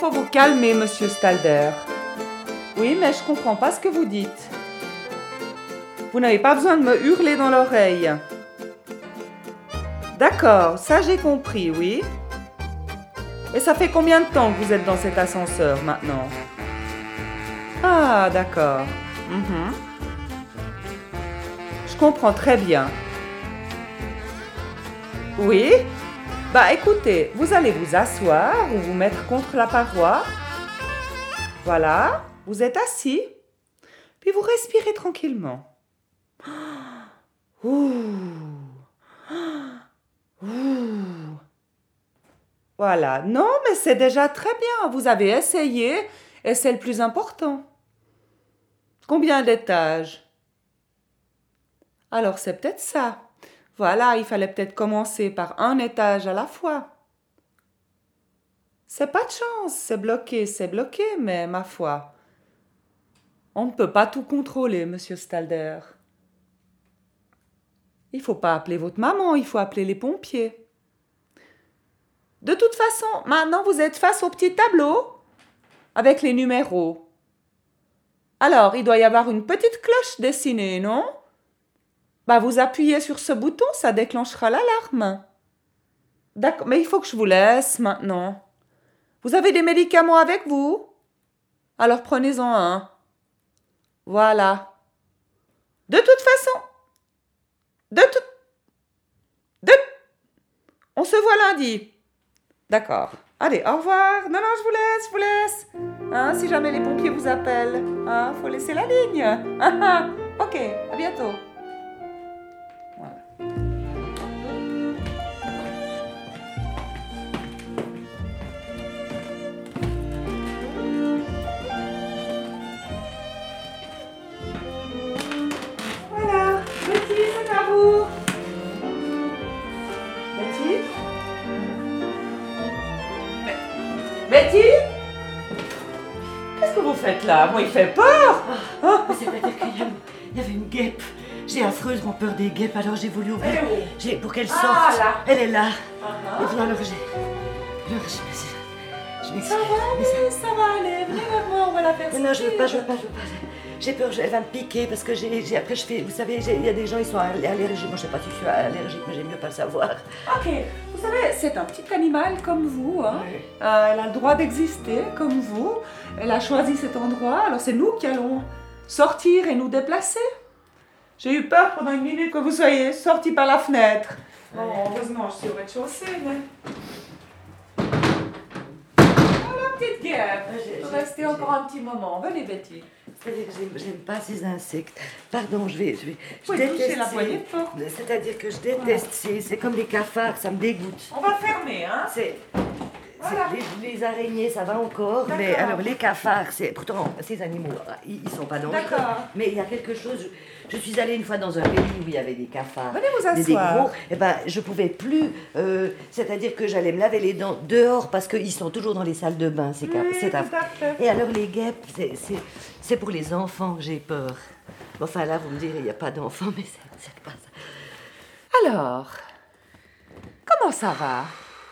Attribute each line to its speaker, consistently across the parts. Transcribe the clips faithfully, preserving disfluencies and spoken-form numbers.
Speaker 1: faut vous calmer, monsieur Stalder. Oui, mais je comprends pas ce que vous dites. Vous n'avez pas besoin de me hurler dans l'oreille. D'accord, ça j'ai compris, oui. Et ça fait combien de temps que vous êtes dans cet ascenseur maintenant? Ah, d'accord. Mhm. Je comprends très bien. Oui? Bah écoutez, vous allez vous asseoir ou vous mettre contre la paroi. Voilà, vous êtes assis. Puis vous respirez tranquillement. Ouh. Ouh. Voilà, non, mais c'est déjà très bien. Vous avez essayé et c'est le plus important. Combien d'étages? Alors c'est peut-être ça. Voilà, il fallait peut-être commencer par un étage à la fois. C'est pas de chance, c'est bloqué, c'est bloqué, mais ma foi, on ne peut pas tout contrôler, monsieur Stalder. Il faut pas appeler votre maman, il faut appeler les pompiers. De toute façon, maintenant vous êtes face au petit tableau avec les numéros. Alors, il doit y avoir une petite cloche dessinée, non? Bah, vous appuyez sur ce bouton, ça déclenchera l'alarme. D'accord, mais il faut que je vous laisse maintenant. Vous avez des médicaments avec vous? Alors prenez-en un. Voilà. De toute façon, de toute... De... On se voit lundi. D'accord. Allez, au revoir. Non, non, je vous laisse, je vous laisse. Hein, si jamais les pompiers vous appellent, hein, faut laisser la ligne. Ah, ah. Ok, à bientôt. Voilà. Voilà, Betty, c'est à vous. Betty? Betty? Qu'est-ce que vous faites là? Moi, il fait peur.
Speaker 2: Ah, mais c'est-à-dire qu'il y, a- il y avait une guêpe. J'ai affreusement peur des guêpes, alors j'ai voulu ouvrir.
Speaker 1: Elle est où?
Speaker 2: J'ai, pour qu'elle sorte.
Speaker 1: Ah, là.
Speaker 2: Elle est là.
Speaker 1: Uh-huh.
Speaker 2: Et puis alors j'ai... Alors je, je, je m'excuse.
Speaker 1: Ça va
Speaker 2: Mais ça-
Speaker 1: aller, ça va aller. Venez vers moi, on va la faire
Speaker 2: Mais non, je veux
Speaker 1: sortir.
Speaker 2: pas, je veux pas, je veux pas. J'ai peur, elle va me piquer parce que j'ai, j'ai- après je fais, vous savez, j'ai- il y a des gens, ils sont aller- allergiques. Moi, je sais pas si je suis allergique, mais j'aime mieux pas le savoir.
Speaker 1: Ok, vous savez, c'est un petit animal comme vous. Hein.
Speaker 2: Oui.
Speaker 1: Euh, elle a le droit d'exister comme vous. Elle a choisi cet endroit, alors c'est nous qui allons sortir et nous déplacer. J'ai eu peur pendant une minute que vous soyez sortis par la fenêtre. Bon, heureusement, je suis au rez-de-chaussée, mais... Oh, la petite guêpe.
Speaker 2: J'ai- j'ai-
Speaker 1: Restez
Speaker 2: j'ai-
Speaker 1: encore un petit moment. Venez, Betty.
Speaker 2: C'est-à-dire que j'aime, j'aime pas ces insectes. Pardon, je vais, je vais. Je
Speaker 1: Oui, touchez la
Speaker 2: ces-
Speaker 1: poignée de porte.
Speaker 2: C'est-à-dire que je déteste ces, c'est comme les cafards, ça me dégoûte.
Speaker 1: On va fermer, hein.
Speaker 2: C'est.
Speaker 1: Voilà.
Speaker 2: c'est- Les, les araignées, ça va encore, mais
Speaker 1: D'accord.
Speaker 2: alors les cafards, c'est pourtant ces animaux, ils, ils sont pas dangereux.
Speaker 1: D'accord.
Speaker 2: Mais il y a quelque chose. Je, je suis allée une fois dans un pays où il y avait des cafards.
Speaker 1: Venez vous
Speaker 2: des- des
Speaker 1: asseoir.
Speaker 2: gros. Et ben, je pouvais plus. euh, c'est-à-dire que j'allais me laver les dents dehors parce qu'ils sont toujours dans les salles de bain. C'est ca-
Speaker 1: Oui,
Speaker 2: c'est
Speaker 1: tout
Speaker 2: affreux.
Speaker 1: à fait.
Speaker 2: Et alors les guêpes, c'est, c'est, c'est pour les enfants que j'ai peur. Enfin là, vous me direz, il n'y a pas d'enfants, mais c'est, c'est pas ça.
Speaker 1: Alors, comment ça va?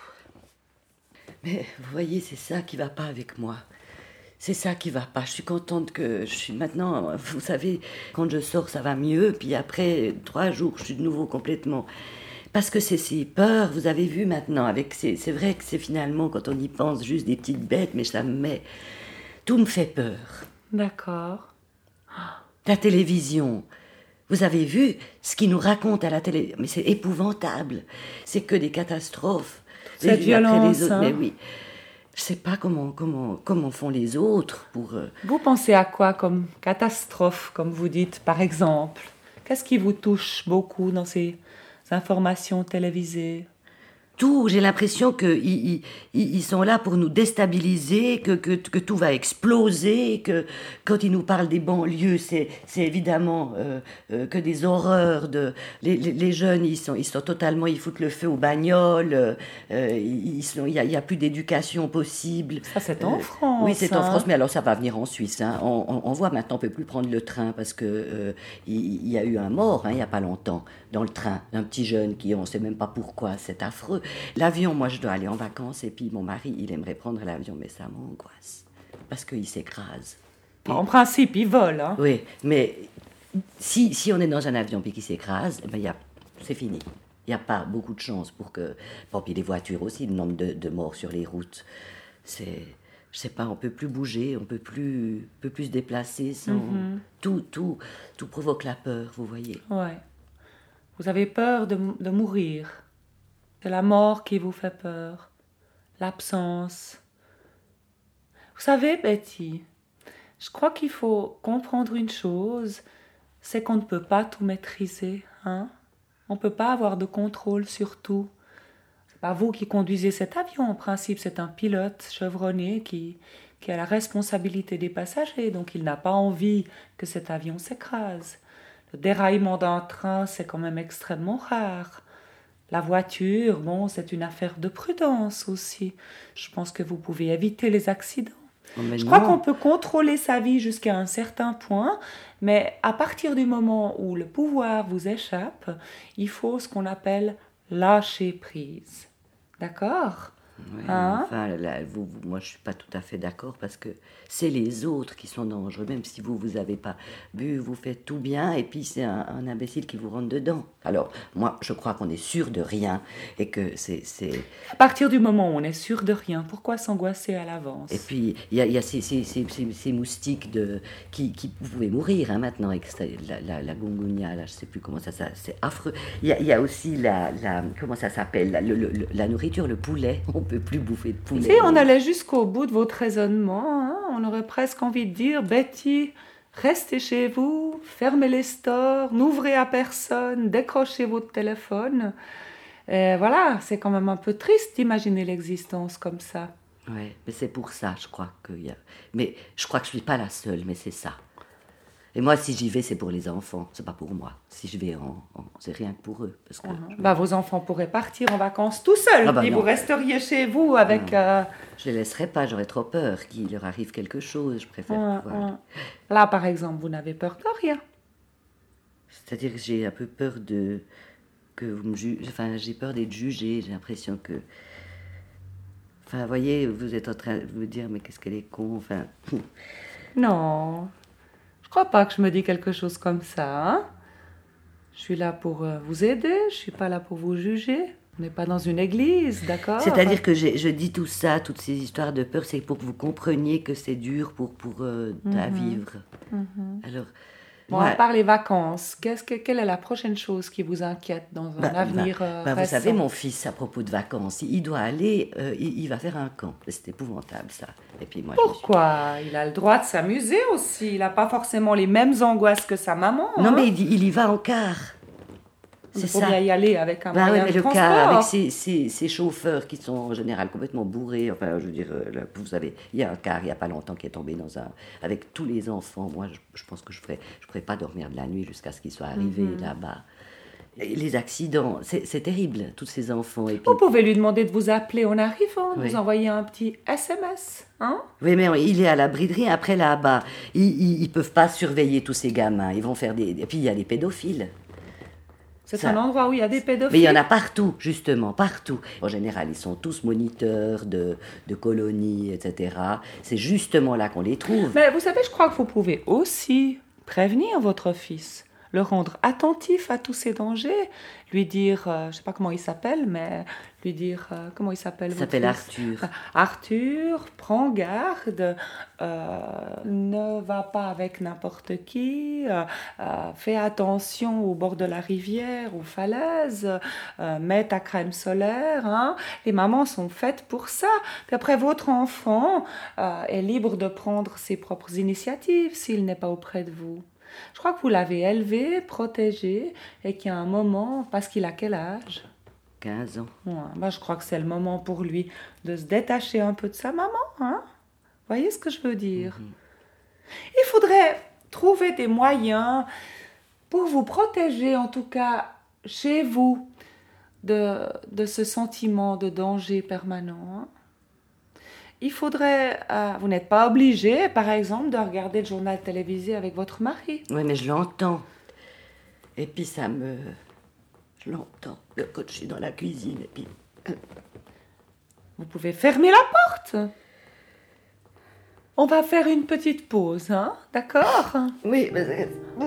Speaker 2: Mais vous voyez, c'est ça qui va pas avec moi. C'est ça qui va pas. Je suis contente que je suis maintenant. Vous savez, quand je sors, ça va mieux. Puis après trois jours, je suis de nouveau complètement. Parce que c'est ces peurs, vous avez vu maintenant. Avec ces, c'est vrai que c'est finalement, quand on y pense, juste des petites bêtes, mais ça me met. Tout me fait peur.
Speaker 1: D'accord.
Speaker 2: La télévision. Vous avez vu ce qu'ils nous racontent à la télé? Mais c'est épouvantable. C'est que des catastrophes.
Speaker 1: Cette
Speaker 2: Les unes après
Speaker 1: violence,
Speaker 2: les autres.
Speaker 1: hein.
Speaker 2: Mais oui. Je sais pas comment, comment, comment font les autres pour... euh,
Speaker 1: Vous pensez à quoi comme catastrophe, comme vous dites, par exemple? Qu'est-ce qui vous touche beaucoup dans ces informations télévisées?
Speaker 2: Tout, j'ai l'impression qu'ils ils, ils, ils sont là pour nous déstabiliser, que, que, que tout va exploser, que quand ils nous parlent des banlieues, c'est, c'est évidemment euh, euh, que des horreurs. De, les, les, les jeunes, ils sont, ils sont totalement, ils foutent le feu aux bagnoles, euh, ils sont, il n'y a, il y a plus d'éducation possible.
Speaker 1: Ça, c'est en
Speaker 2: Euh,
Speaker 1: France.
Speaker 2: Oui, c'est en
Speaker 1: hein.
Speaker 2: France, mais alors ça va venir en Suisse. Hein. On, on, on voit maintenant, on ne peut plus prendre le train parce que euh, il, il y a eu un mort, hein, il n'y a pas longtemps, dans le train, un petit jeune qui, on ne sait même pas pourquoi, c'est affreux. L'avion, moi, je dois aller en vacances, et puis mon mari, il aimerait prendre l'avion, mais ça m'angoisse, parce qu'il s'écrase. Et,
Speaker 1: En principe, il vole. Hein.
Speaker 2: oui, mais si, si on est dans un avion et qu'il s'écrase, eh ben, y a, c'est fini. Il n'y a pas beaucoup de chance pour que... Bon, puis les voitures aussi, le nombre de, de morts sur les routes, c'est... Je sais pas, on peut plus bouger, on peut plus, peut plus se déplacer sans... Mm-hmm. Tout, tout, tout provoque la peur, vous voyez.
Speaker 1: Ouais. Vous avez peur de, de mourir. C'est la mort qui vous fait peur. L'absence. Vous savez, Betty, je crois qu'il faut comprendre une chose, c'est qu'on ne peut pas tout maîtriser, hein. On ne peut pas avoir de contrôle sur tout. C'est pas vous qui conduisez cet avion, en principe, c'est un pilote chevronné qui, qui a la responsabilité des passagers, donc il n'a pas envie que cet avion s'écrase. Le déraillement d'un train, c'est quand même extrêmement rare. La voiture, bon, c'est une affaire de prudence aussi. Je pense que vous pouvez éviter les accidents.
Speaker 2: Oh,
Speaker 1: Je
Speaker 2: non.
Speaker 1: crois qu'on peut contrôler sa vie jusqu'à un certain point, mais à partir du moment où le pouvoir vous échappe, il faut ce qu'on appelle lâcher prise. D'accord ?
Speaker 2: Ouais,
Speaker 1: Hein ?
Speaker 2: enfin, là, vous, vous, moi, je ne suis pas tout à fait d'accord parce que c'est les autres qui sont dangereux. Même si vous, vous n'avez pas bu, vous faites tout bien et puis c'est un, un imbécile qui vous rentre dedans. Alors, moi, je crois qu'on est sûr de rien et que c'est... c'est...
Speaker 1: À partir du moment où on est sûr de rien, pourquoi s'angoisser à l'avance ?
Speaker 2: Et puis, il y a, y a ces, ces, ces, ces, ces moustiques de, qui, qui... Vous pouvez mourir hein, maintenant avec la, la, la gongonia, là, je ne sais plus comment ça... ça c'est affreux. Il y a, y a aussi la, la... Comment ça s'appelle la, le, le, la nourriture, le poulet. On peut plus bouffer de poulet.
Speaker 1: Si on allait jusqu'au bout de votre raisonnement, hein, on aurait presque envie de dire, Betty, restez chez vous, fermez les stores, n'ouvrez à personne, décrochez votre téléphone. Et voilà, c'est quand même un peu triste d'imaginer l'existence comme ça.
Speaker 2: Oui, mais c'est pour ça, je crois que... Y a... Mais je crois que je ne suis pas la seule, mais c'est ça. Et moi, si j'y vais, c'est pour les enfants, c'est pas pour moi. Si je vais, en, en, c'est rien que pour eux. Parce que
Speaker 1: uh-huh.
Speaker 2: je...
Speaker 1: bah, vos enfants pourraient partir en vacances tout seuls,
Speaker 2: ah bah
Speaker 1: et
Speaker 2: non.
Speaker 1: vous resteriez chez vous avec... Euh...
Speaker 2: Je les laisserai pas, j'aurais trop peur qu'il leur arrive quelque chose, je préfère
Speaker 1: uh-huh.
Speaker 2: pouvoir...
Speaker 1: Là, par exemple, vous n'avez peur de rien.
Speaker 2: C'est-à-dire que j'ai un peu peur de... que vous me ju... Enfin, j'ai peur d'être jugée, j'ai l'impression que... Enfin, vous voyez, vous êtes en train de vous dire, mais qu'est-ce qu'elle est con, enfin...
Speaker 1: Non... Je crois pas que je me dis quelque chose comme ça. Hein? Je suis là pour euh, vous aider, je suis pas là pour vous juger. On n'est pas dans une église, d'accord ?
Speaker 2: C'est-à-dire que j'ai, je dis tout ça, toutes ces histoires de peur, c'est pour que vous compreniez que c'est dur pour, pour euh, mm-hmm. à vivre.
Speaker 1: Mm-hmm.
Speaker 2: Alors,
Speaker 1: bon,
Speaker 2: moi,
Speaker 1: à part les vacances, qu'est-ce que, quelle est la prochaine chose qui vous inquiète dans un
Speaker 2: bah,
Speaker 1: avenir
Speaker 2: bah,
Speaker 1: euh,
Speaker 2: bah,
Speaker 1: récent ?
Speaker 2: Vous savez, mon fils, à propos de vacances, il doit aller, euh, il, il va faire un camp. C'est épouvantable, ça. Et puis moi,
Speaker 1: pourquoi ?
Speaker 2: Je suis...
Speaker 1: Il a le droit de s'amuser aussi. Il n'a pas forcément les mêmes angoisses que sa maman.
Speaker 2: Non,
Speaker 1: hein ?
Speaker 2: mais il, il y va en car.
Speaker 1: Il faut ça. bien y aller avec un
Speaker 2: bah
Speaker 1: moyen
Speaker 2: ouais, mais
Speaker 1: de
Speaker 2: le
Speaker 1: transport.
Speaker 2: Car, avec ces, ces, ces chauffeurs qui sont en général complètement bourrés. Enfin, je veux dire, là, vous savez, il y a un car il n'y a pas longtemps qui est tombé dans un... Avec tous les enfants, moi, je, je pense que je ne ferais, je ferais pas dormir de la nuit jusqu'à ce qu'ils soient arrivés mm-hmm. là-bas. Les accidents, c'est, c'est terrible, tous ces enfants. Et puis...
Speaker 1: Vous pouvez lui demander de vous appeler en arrivant, de
Speaker 2: oui.
Speaker 1: vous envoyer un petit S M S. Hein ?
Speaker 2: Oui, mais il est à l'abri de rien. Après, là-bas, ils ne peuvent pas surveiller tous ces gamins. Ils vont faire des... Et puis, il y a des pédophiles.
Speaker 1: C'est ça. Un endroit où il y a des pédophiles.
Speaker 2: Mais il y en a partout, justement, partout. En général, ils sont tous moniteurs de, de colonies, et cetera. C'est justement là qu'on les trouve.
Speaker 1: Mais vous savez, je crois que vous pouvez aussi prévenir votre fils, le rendre attentif à tous ces dangers, lui dire, euh, je ne sais pas comment il s'appelle, mais lui dire, euh, comment il s'appelle
Speaker 2: Il
Speaker 1: votre
Speaker 2: s'appelle
Speaker 1: fils ?
Speaker 2: Arthur.
Speaker 1: Arthur, prends garde, euh, ne va pas avec n'importe qui, euh, euh, fais attention au bord de la rivière, aux falaises, euh, mets ta crème solaire. Hein. Les mamans sont faites pour ça. Puis après, votre enfant euh, est libre de prendre ses propres initiatives s'il n'est pas auprès de vous. Je crois que vous l'avez élevé, protégé, et qu'il y a un moment, parce qu'il a quel âge ?
Speaker 2: quinze ans.
Speaker 1: Ouais, ben je crois que c'est le moment pour lui de se détacher un peu de sa maman. Hein ? Vous voyez ce que je veux dire ? Mm-hmm. Il faudrait trouver des moyens pour vous protéger, en tout cas chez vous, de, de ce sentiment de danger permanent. Hein ? Il faudrait... Euh, vous n'êtes pas obligé, par exemple, de regarder le journal télévisé avec votre mari.
Speaker 2: Oui, mais je l'entends. Et puis ça me... Je l'entends quand je suis dans la cuisine. Et puis
Speaker 1: Vous pouvez fermer la porte. On va faire une petite pause, hein? D'accord?
Speaker 2: Oui, mais...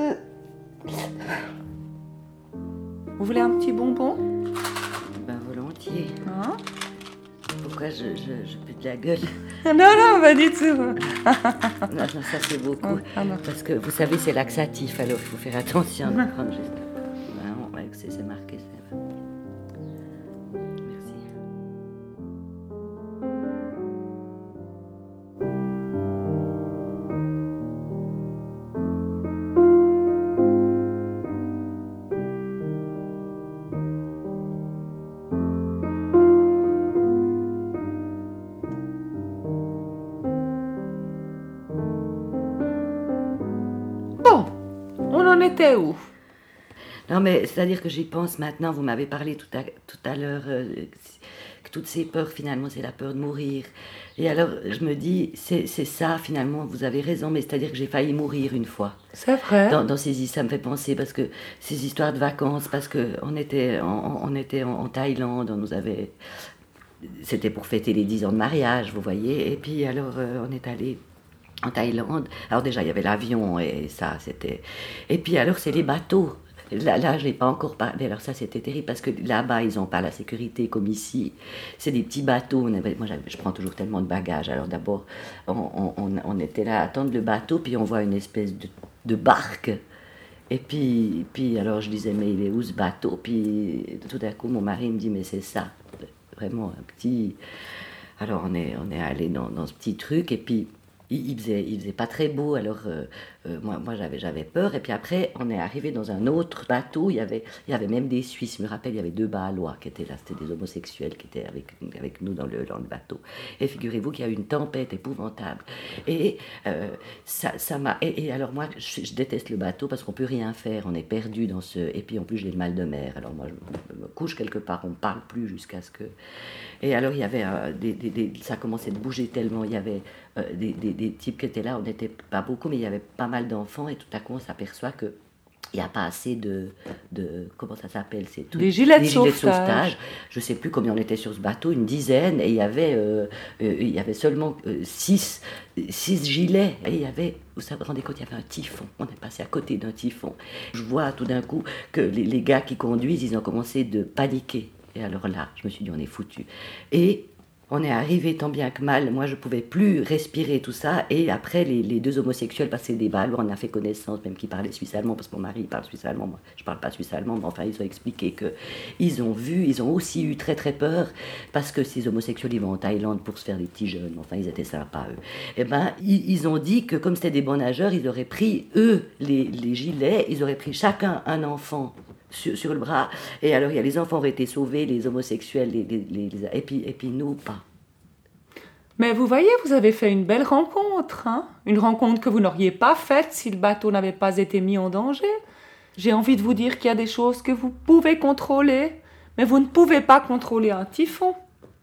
Speaker 1: Vous voulez un petit bonbon?
Speaker 2: Ben, volontiers.
Speaker 1: Hein?
Speaker 2: Pourquoi je, je, je pue de la gueule?
Speaker 1: Non, non, pas du tout.
Speaker 2: Non, non, ça c'est beaucoup.
Speaker 1: Ah, non.
Speaker 2: Parce que vous savez, c'est laxatif, alors il faut faire attention de prendre juste. Ben, on- ouais, c'est c'est marqué, ça. Merci.
Speaker 1: Bon, on en était où?
Speaker 2: Non, mais c'est-à-dire que j'y pense maintenant. Vous m'avez parlé tout à, tout à l'heure euh, que toutes ces peurs, finalement, c'est la peur de mourir. Et alors, je me dis, c'est c'est ça, finalement, vous avez raison, mais c'est-à-dire que j'ai failli mourir une fois.
Speaker 1: C'est vrai.
Speaker 2: Dans, dans ces ça me fait penser, parce que ces histoires de vacances, parce qu'on était, on, on était en, en Thaïlande, on nous avait... C'était pour fêter les dix ans de mariage, vous voyez. Et puis, alors, euh, on est allé en Thaïlande. Alors déjà, il y avait l'avion et ça, c'était... Et puis alors, c'est les bateaux. Là, là je n'ai pas encore parlé. Alors ça, c'était terrible parce que là-bas, ils n'ont pas la sécurité comme ici. C'est des petits bateaux. On avait- moi, j'avais- je prends toujours tellement de bagages. Alors d'abord, on, on- on- on était là à attendre le bateau, puis on voit une espèce de, de barque. Et puis, puis, alors je disais, mais il est où ce bateau? Puis tout d'un coup, mon mari me dit, mais c'est ça. Vraiment un petit... Alors on est, on est allé dans, dans ce petit truc, et puis il, il faisait, il faisait pas très beau, alors euh, euh, moi, moi j'avais, j'avais peur, et puis après on est arrivé dans un autre bateau, il y avait, il y avait même des Suisses, je me rappelle, il y avait deux Balois qui étaient là, c'était des homosexuels qui étaient avec, avec nous dans le, dans le bateau. Et figurez-vous qu'il y a eu une tempête épouvantable. Et euh, ça, ça m'a... Et, et alors moi, je, je déteste le bateau parce qu'on peut rien faire, on est perdu dans ce... Et puis en plus j'ai le mal de mer, alors moi je me couche quelque part, on ne parle plus jusqu'à ce que... Et alors il y avait euh, des, des, des- ça commençait de bouger tellement, il y avait euh, des, des, des types qui étaient là, on n'était pas beaucoup, mais il y avait pas mal d'enfants, et tout à coup on s'aperçoit que il n'y a pas assez de, de... Comment ça s'appelle? C'est tout,
Speaker 1: Des gilets de
Speaker 2: des gilets de
Speaker 1: sauvetage.
Speaker 2: sauvetage. Je ne sais plus combien on était sur ce bateau, une dizaine, et il y avait, euh, euh, il y avait seulement euh, six, six gilets. Et il y avait, vous vous rendez compte, il y avait un typhon. On est passé à côté d'un typhon. Je vois tout d'un coup que les, les gars qui conduisent, ils ont commencé de paniquer. Et alors là, je me suis dit, on est foutu. Et on est arrivé tant bien que mal. Moi, je ne pouvais plus respirer tout ça. Et après, les, les deux homosexuels passaient des balles. On a fait connaissance, même qui parlaient suisse-allemand, parce que mon mari il parle suisse-allemand. Moi, je ne parle pas suisse-allemand, mais enfin, ils ont expliqué qu'ils ont vu, ils ont aussi eu très très peur, parce que ces homosexuels, ils vont en Thaïlande pour se faire des petits jeunes. Enfin, ils étaient sympas, eux. Et ben, ils, ils ont dit que comme c'était des bons nageurs, ils auraient pris, eux, les, les gilets, ils auraient pris chacun un enfant sur, sur le bras. Et alors, il y a les enfants auraient été sauvés, les homosexuels, les, les, les- les- et, puis, et puis nous, pas.
Speaker 1: Mais vous voyez, vous avez fait une belle rencontre, hein? Une rencontre que vous n'auriez pas faite si le bateau n'avait pas été mis en danger. J'ai envie de vous dire qu'il y a des choses que vous pouvez contrôler, mais vous ne pouvez pas contrôler un typhon.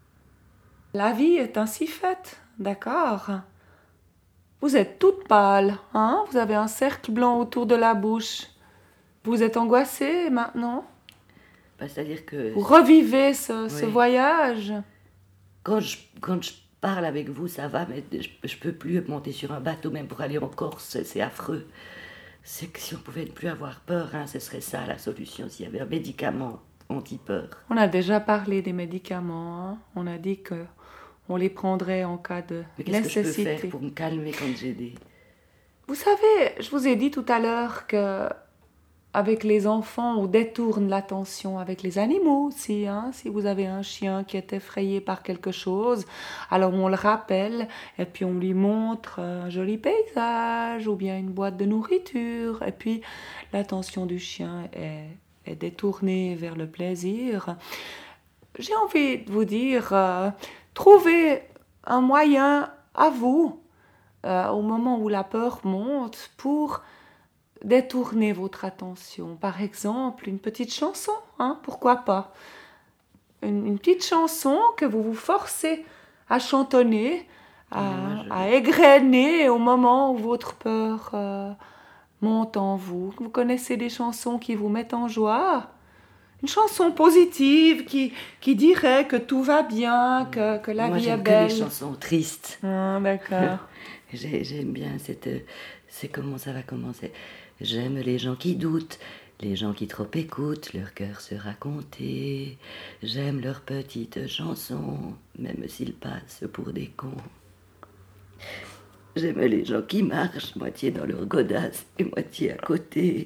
Speaker 1: La vie est ainsi faite, d'accord? Vous êtes toute pâle, hein? Vous avez un cercle blanc autour de la bouche. Vous êtes angoissée maintenant?
Speaker 2: Ben, c'est-à-dire que
Speaker 1: Vous revivez ce, ce
Speaker 2: Oui.
Speaker 1: voyage?
Speaker 2: quand je, quand je parle avec vous, ça va, mais je, je peux plus monter sur un bateau, même pour aller en Corse, c'est, c'est affreux. C'est que si on pouvait ne plus avoir peur, hein, ce serait ça la solution, s'il y avait un médicament anti-peur.
Speaker 1: On a déjà parlé des médicaments, hein? On a dit que on les prendrait en cas de
Speaker 2: Mais qu'est-ce que je peux
Speaker 1: nécessité.
Speaker 2: faire pour me calmer quand j'ai des...
Speaker 1: Vous savez, je vous ai dit tout à l'heure que avec les enfants, on détourne l'attention avec les animaux aussi. Hein? Si vous avez un chien qui est effrayé par quelque chose, alors on le rappelle et puis on lui montre un joli paysage ou bien une boîte de nourriture. Et puis l'attention du chien est, est détournée vers le plaisir. J'ai envie de vous dire, euh, trouvez un moyen à vous, euh, au moment où la peur monte, pour détourner votre attention. Par exemple, une petite chanson, hein, pourquoi pas? Une, une petite chanson que vous vous forcez à chantonner, à,
Speaker 2: Moi, je-
Speaker 1: à égrener au moment où votre peur euh, monte en vous. Vous connaissez des chansons qui vous mettent en joie? Une chanson positive qui, qui dirait que tout va bien, que, que la
Speaker 2: Moi,
Speaker 1: vie est
Speaker 2: j'aime
Speaker 1: belle.
Speaker 2: que les chansons tristes.
Speaker 1: Ah, d'accord.
Speaker 2: J'ai- J'aime bien cette... C'est comment ça va commencer. J'aime les gens qui doutent, les gens qui trop écoutent leur cœur se raconter. J'aime leurs petites chansons, même s'ils passent pour des cons. J'aime les gens qui marchent, moitié dans leur godasse et moitié à côté.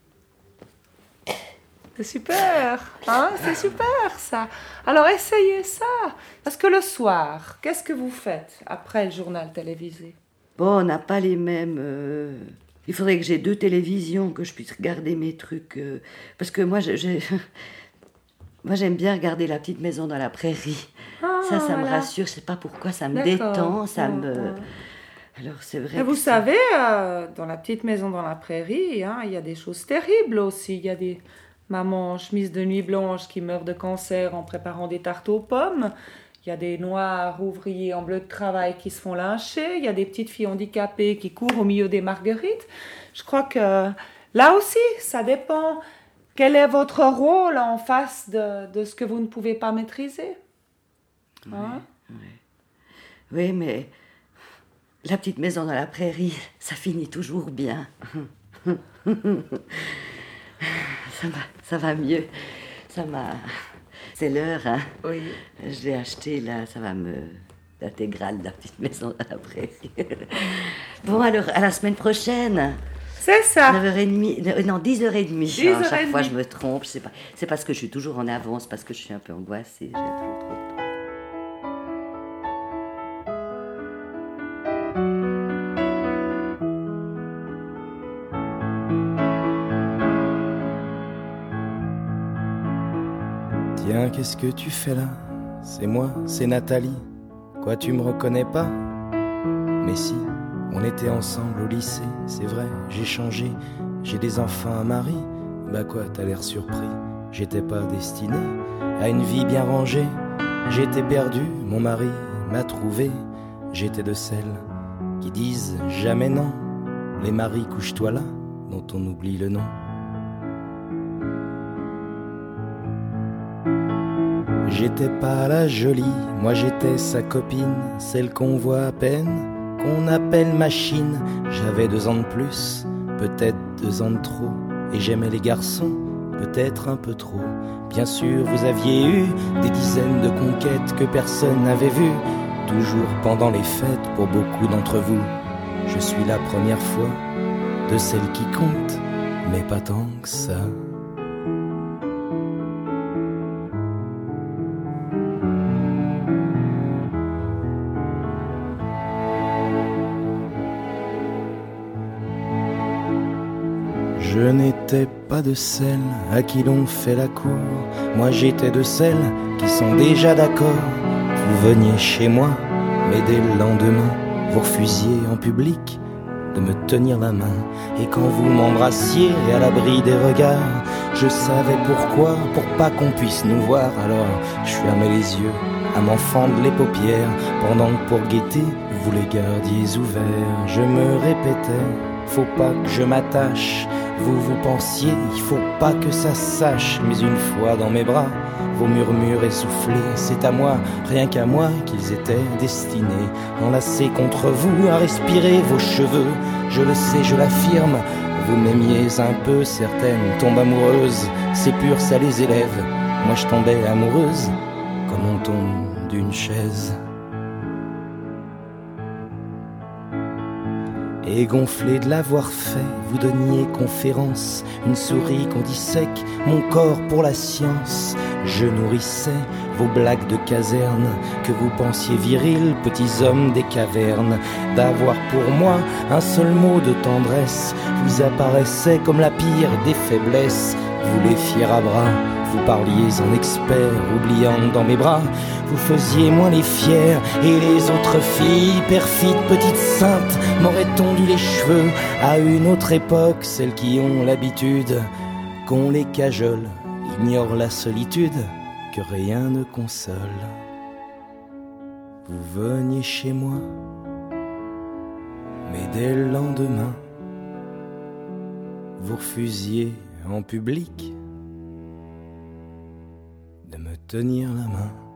Speaker 1: C'est super, hein, c'est super ça. Alors essayez ça. Parce que le soir, qu'est-ce que vous faites après le journal télévisé?
Speaker 2: Bon, on n'a pas les mêmes... euh, Il faudrait que j'ai deux télévisions, que je puisse regarder mes trucs. euh, Parce que moi, je- j'ai... moi, j'aime bien regarder La Petite Maison dans la Prairie.
Speaker 1: Ah,
Speaker 2: ça, ça me
Speaker 1: voilà.
Speaker 2: rassure, je sais pas pourquoi, ça me
Speaker 1: D'accord.
Speaker 2: détend, ça
Speaker 1: Hum,
Speaker 2: me...
Speaker 1: hum.
Speaker 2: Alors, c'est vrai
Speaker 1: Et vous
Speaker 2: que ça-
Speaker 1: savez, euh, dans la petite maison dans la prairie, hein, il y a des choses terribles aussi. Il y a des mamans en chemise de nuit blanche qui meurent de cancer en préparant des tartes aux pommes. Il y a des noirs ouvriers en bleu de travail qui se font lyncher. Il y a des petites filles handicapées qui courent au milieu des marguerites. Je crois que là aussi, ça dépend. Quel est votre rôle en face de, de ce que vous ne pouvez pas maîtriser? Hein?
Speaker 2: Oui, mais La Petite Maison dans la Prairie, ça finit toujours bien. ça, va, ça va mieux. Ça m'a... C'est l'heure, hein.
Speaker 1: Oui.
Speaker 2: Je l'ai acheté, là, ça va me... L'intégrale de La Petite Maison dans la Prairie. Bon, alors, à la semaine prochaine.
Speaker 1: C'est ça.
Speaker 2: neuf heures trente, non, dix heures trente.
Speaker 1: dix
Speaker 2: À
Speaker 1: heures
Speaker 2: chaque fois,
Speaker 1: trente.
Speaker 2: je me trompe. C'est pas, c'est parce que je suis toujours en avance, parce que je suis un peu angoissée. J'ai trop, trop.
Speaker 3: Tiens, qu'est-ce que tu fais là? C'est moi, c'est Nathalie. Quoi, tu me reconnais pas? Mais si, on était ensemble au lycée, c'est vrai, j'ai changé. J'ai des enfants, un mari. Bah quoi, t'as l'air surpris. J'étais pas destiné à une vie bien rangée. J'étais perdu, mon mari m'a trouvé. J'étais de celles qui disent jamais non. Les maris, couche-toi là, dont on oublie le nom. J'étais pas la jolie, moi j'étais sa copine, celle qu'on voit à peine, qu'on appelle machine. J'avais deux ans de plus, peut-être deux ans de trop, et j'aimais les garçons, peut-être un peu trop. Bien sûr, vous aviez eu des dizaines de conquêtes que personne n'avait vues, toujours pendant les fêtes pour beaucoup d'entre vous. Je suis la première fois de celle qui compte, mais pas tant que ça. Je n'étais pas de celles à qui l'on fait la cour. Moi j'étais de celles qui sont déjà d'accord. Vous veniez chez moi, mais dès le lendemain, vous refusiez en public de me tenir la main. Et quand vous m'embrassiez à l'abri des regards, je savais pourquoi, pour pas qu'on puisse nous voir. Alors je fermais les yeux à m'en fendre les paupières, pendant que pour guetter, vous les gardiez ouverts. Je me répétais, faut pas que je m'attache. Vous, vous pensiez, il faut pas que ça se sache. Mais une fois dans mes bras, vos murmures essoufflés, c'est à moi, rien qu'à moi, qu'ils étaient destinés. Enlacés contre vous, à respirer vos cheveux. Je le sais, je l'affirme, vous m'aimiez un peu. Certaines tombent amoureuses, c'est pur, ça les élève. Moi je tombais amoureuse, comme on tombe d'une chaise. Et gonflé de l'avoir fait, vous donniez conférence, une souris qu'on dissèque, mon corps pour la science. Je nourrissais vos blagues de caserne, que vous pensiez virils, petits hommes des cavernes. D'avoir pour moi un seul mot de tendresse vous apparaissait comme la pire des faiblesses. Vous les fiers à bras, vous parliez en expert, oubliant dans mes bras, vous faisiez moins les fiers. Et les autres filles, perfides petites saintes, m'auraient tondu les cheveux à une autre époque. Celles qui ont l'habitude qu'on les cajole, ignorent la solitude que rien ne console. Vous veniez chez moi, mais dès le lendemain, vous refusiez en public de me tenir la main.